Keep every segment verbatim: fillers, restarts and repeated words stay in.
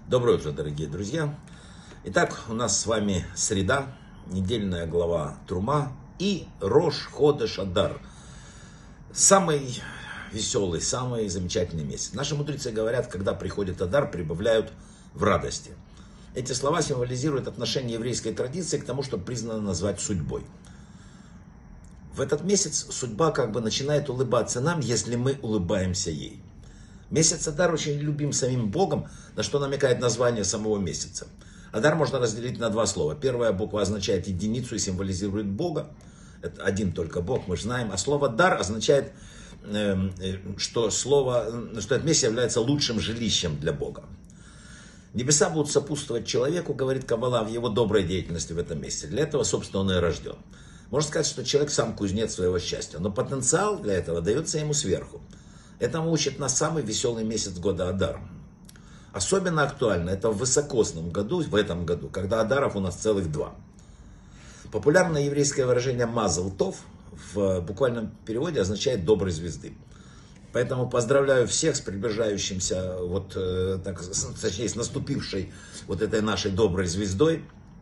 Доброе утро, дорогие друзья. Итак, у нас с вами среда, недельная глава Трума и Рош Ходеш Адар. Самый веселый, самый замечательный месяц. Наши мудрецы говорят, когда приходит Адар, прибавляют в радости. Эти слова символизируют отношение еврейской традиции к тому, что признано назвать судьбой. В этот месяц судьба как бы начинает улыбаться нам, если мы улыбаемся ей. Месяц Адар очень любим самим Богом, на что намекает название самого месяца. Адар можно разделить на два слова. Первая буква означает единицу и символизирует Бога. Это один только Бог, мы же знаем. А слово Дар означает, что, слово, что этот месяц является лучшим жилищем для Бога. Небеса будут сопутствовать человеку, говорит Каббала, в его доброй деятельности в этом месяце. Для этого, собственно, он и рожден. Можно сказать, что человек сам кузнец своего счастья. Но потенциал для этого дается ему сверху. Этому учит нас самый веселый месяц года Адар. Особенно актуально это в высокосном году, в этом году, когда Адаров у нас целых два. Популярное еврейское выражение «мазал тов» в буквальном переводе означает «доброй звезды». Поэтому поздравляю всех с приближающимся, вот, так, точнее, с наступившей вот этой нашей доброй звездой.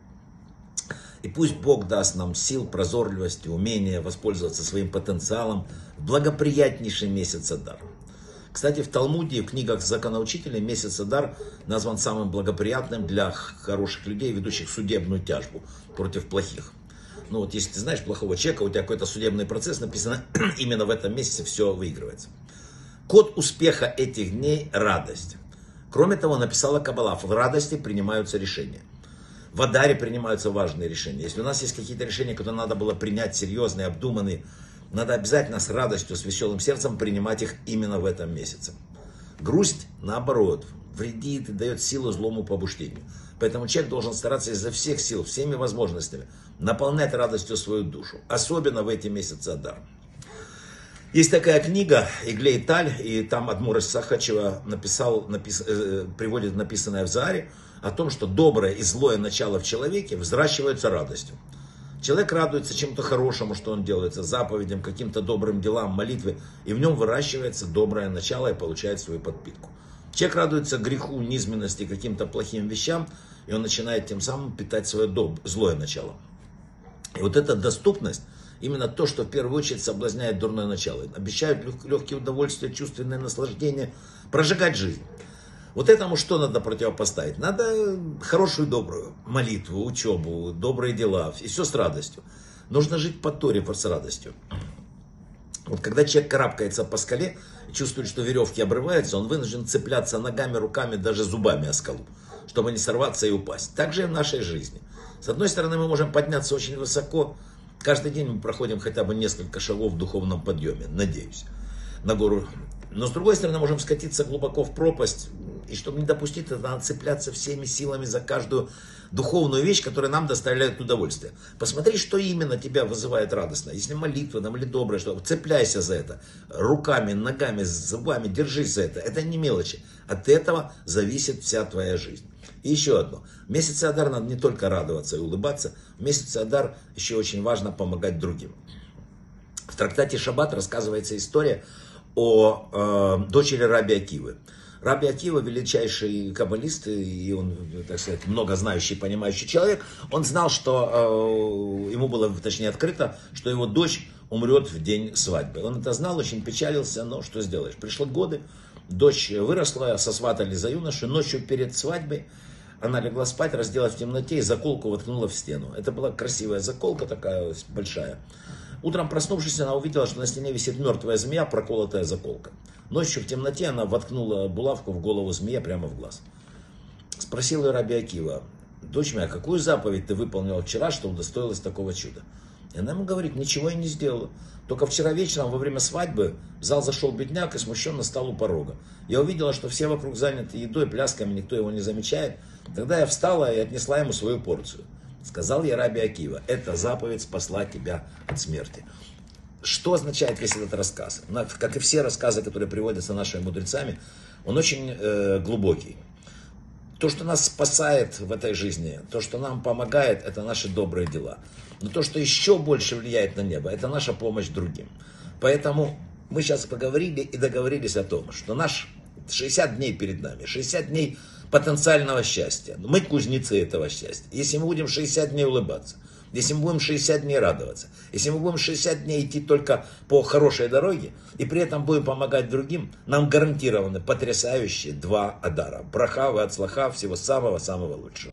И пусть Бог даст нам сил, прозорливости, умения воспользоваться своим потенциалом в благоприятнейший месяц Адар. Кстати, в Талмуде и в книгах законоучителей месяц Адар назван самым благоприятным для хороших людей, ведущих судебную тяжбу против плохих. Ну вот если ты знаешь плохого человека, у тебя какой-то судебный процесс, написано, именно в этом месяце все выигрывается. Код успеха этих дней – радость. Кроме того, написала Каббала, в радости принимаются решения. В Адаре принимаются важные решения. Если у нас есть какие-то решения, которые надо было принять серьезные, обдуманные, надо обязательно с радостью, с веселым сердцем принимать их именно в этом месяце. Грусть, наоборот, вредит и дает силу злому побуждению. Поэтому человек должен стараться изо всех сил, всеми возможностями наполнять радостью свою душу. Особенно в эти месяцы Адар. Есть такая книга «Иглей Таль», и там Адмур Сахачева написал, напис, э, приводит написанное в Зааре о том, что доброе и злое начало в человеке взращиваются радостью. Человек радуется чему-то хорошему, что он делает, заповедям, каким-то добрым делам, молитве, и в нем выращивается доброе начало и получает свою подпитку. Человек радуется греху, низменности, каким-то плохим вещам, и он начинает тем самым питать свое доб- злое начало. И вот эта доступность, именно то, что в первую очередь соблазняет дурное начало, обещают легкие удовольствия, чувственное наслаждение, прожигать жизнь. Вот этому что надо противопоставить? Надо хорошую, добрую молитву, учебу, добрые дела, и все с радостью. Нужно жить по Торе с радостью. Вот когда человек карабкается по скале и чувствует, что веревки обрываются, он вынужден цепляться ногами, руками, даже зубами о скалу, чтобы не сорваться и упасть. Так же и в нашей жизни. С одной стороны, мы можем подняться очень высоко. Каждый день мы проходим хотя бы несколько шагов в духовном подъеме, надеюсь, на гору. Но с другой стороны, можем скатиться глубоко в пропасть. И чтобы не допустить это, надо цепляться всеми силами за каждую духовную вещь, которая нам доставляет удовольствие. Посмотри, что именно тебя вызывает радостно. Если молитва там, или доброе, что цепляйся за это. Руками, ногами, зубами, держись за это. Это не мелочи. От этого зависит вся твоя жизнь. И еще одно. В месяце Адар надо не только радоваться и улыбаться. В месяце Адар еще очень важно помогать другим. В трактате Шаббат рассказывается история о э, дочери Раби Акивы. Раби Акива, величайший каббалист, и он, так сказать, много знающий, понимающий человек, он знал, что э, ему было, точнее, открыто, что его дочь умрет в день свадьбы. Он это знал, очень печалился, но что сделаешь. Пришли годы, дочь выросла, сосватали за юношу, ночью перед свадьбой она легла спать, разделась в темноте и заколку воткнула в стену. Это была красивая заколка такая большая. Утром проснувшись, она увидела, что на стене висит мертвая змея, проколотая заколка. Ночью в темноте она воткнула булавку в голову змеи прямо в глаз. Спросил ее Раби Акива: дочь моя, какую заповедь ты выполнила вчера, что удостоилась такого чуда? И она ему говорит: ничего я не сделала. Только вчера вечером во время свадьбы в зал зашел бедняк и смущенно стал у порога. Я увидела, что все вокруг заняты едой, плясками, никто его не замечает. Тогда я встала и отнесла ему свою порцию. Сказал я Раби Акива: эта заповедь спасла тебя от смерти. Что означает весь этот рассказ? Как и все рассказы, которые приводятся нашими мудрецами, он очень э, глубокий. То, что нас спасает в этой жизни, то, что нам помогает, это наши добрые дела. Но то, что еще больше влияет на небо, это наша помощь другим. Поэтому мы сейчас поговорили и договорились о том, что наш шестьдесят дней перед нами, шестьдесят дней потенциального счастья. Мы кузнецы этого счастья. Если мы будем шестьдесят дней улыбаться, если мы будем шестьдесят дней радоваться, если мы будем шестьдесят дней идти только по хорошей дороге, и при этом будем помогать другим, нам гарантированы потрясающие два адара. Браха, ва ацлаха, всего самого-самого лучшего.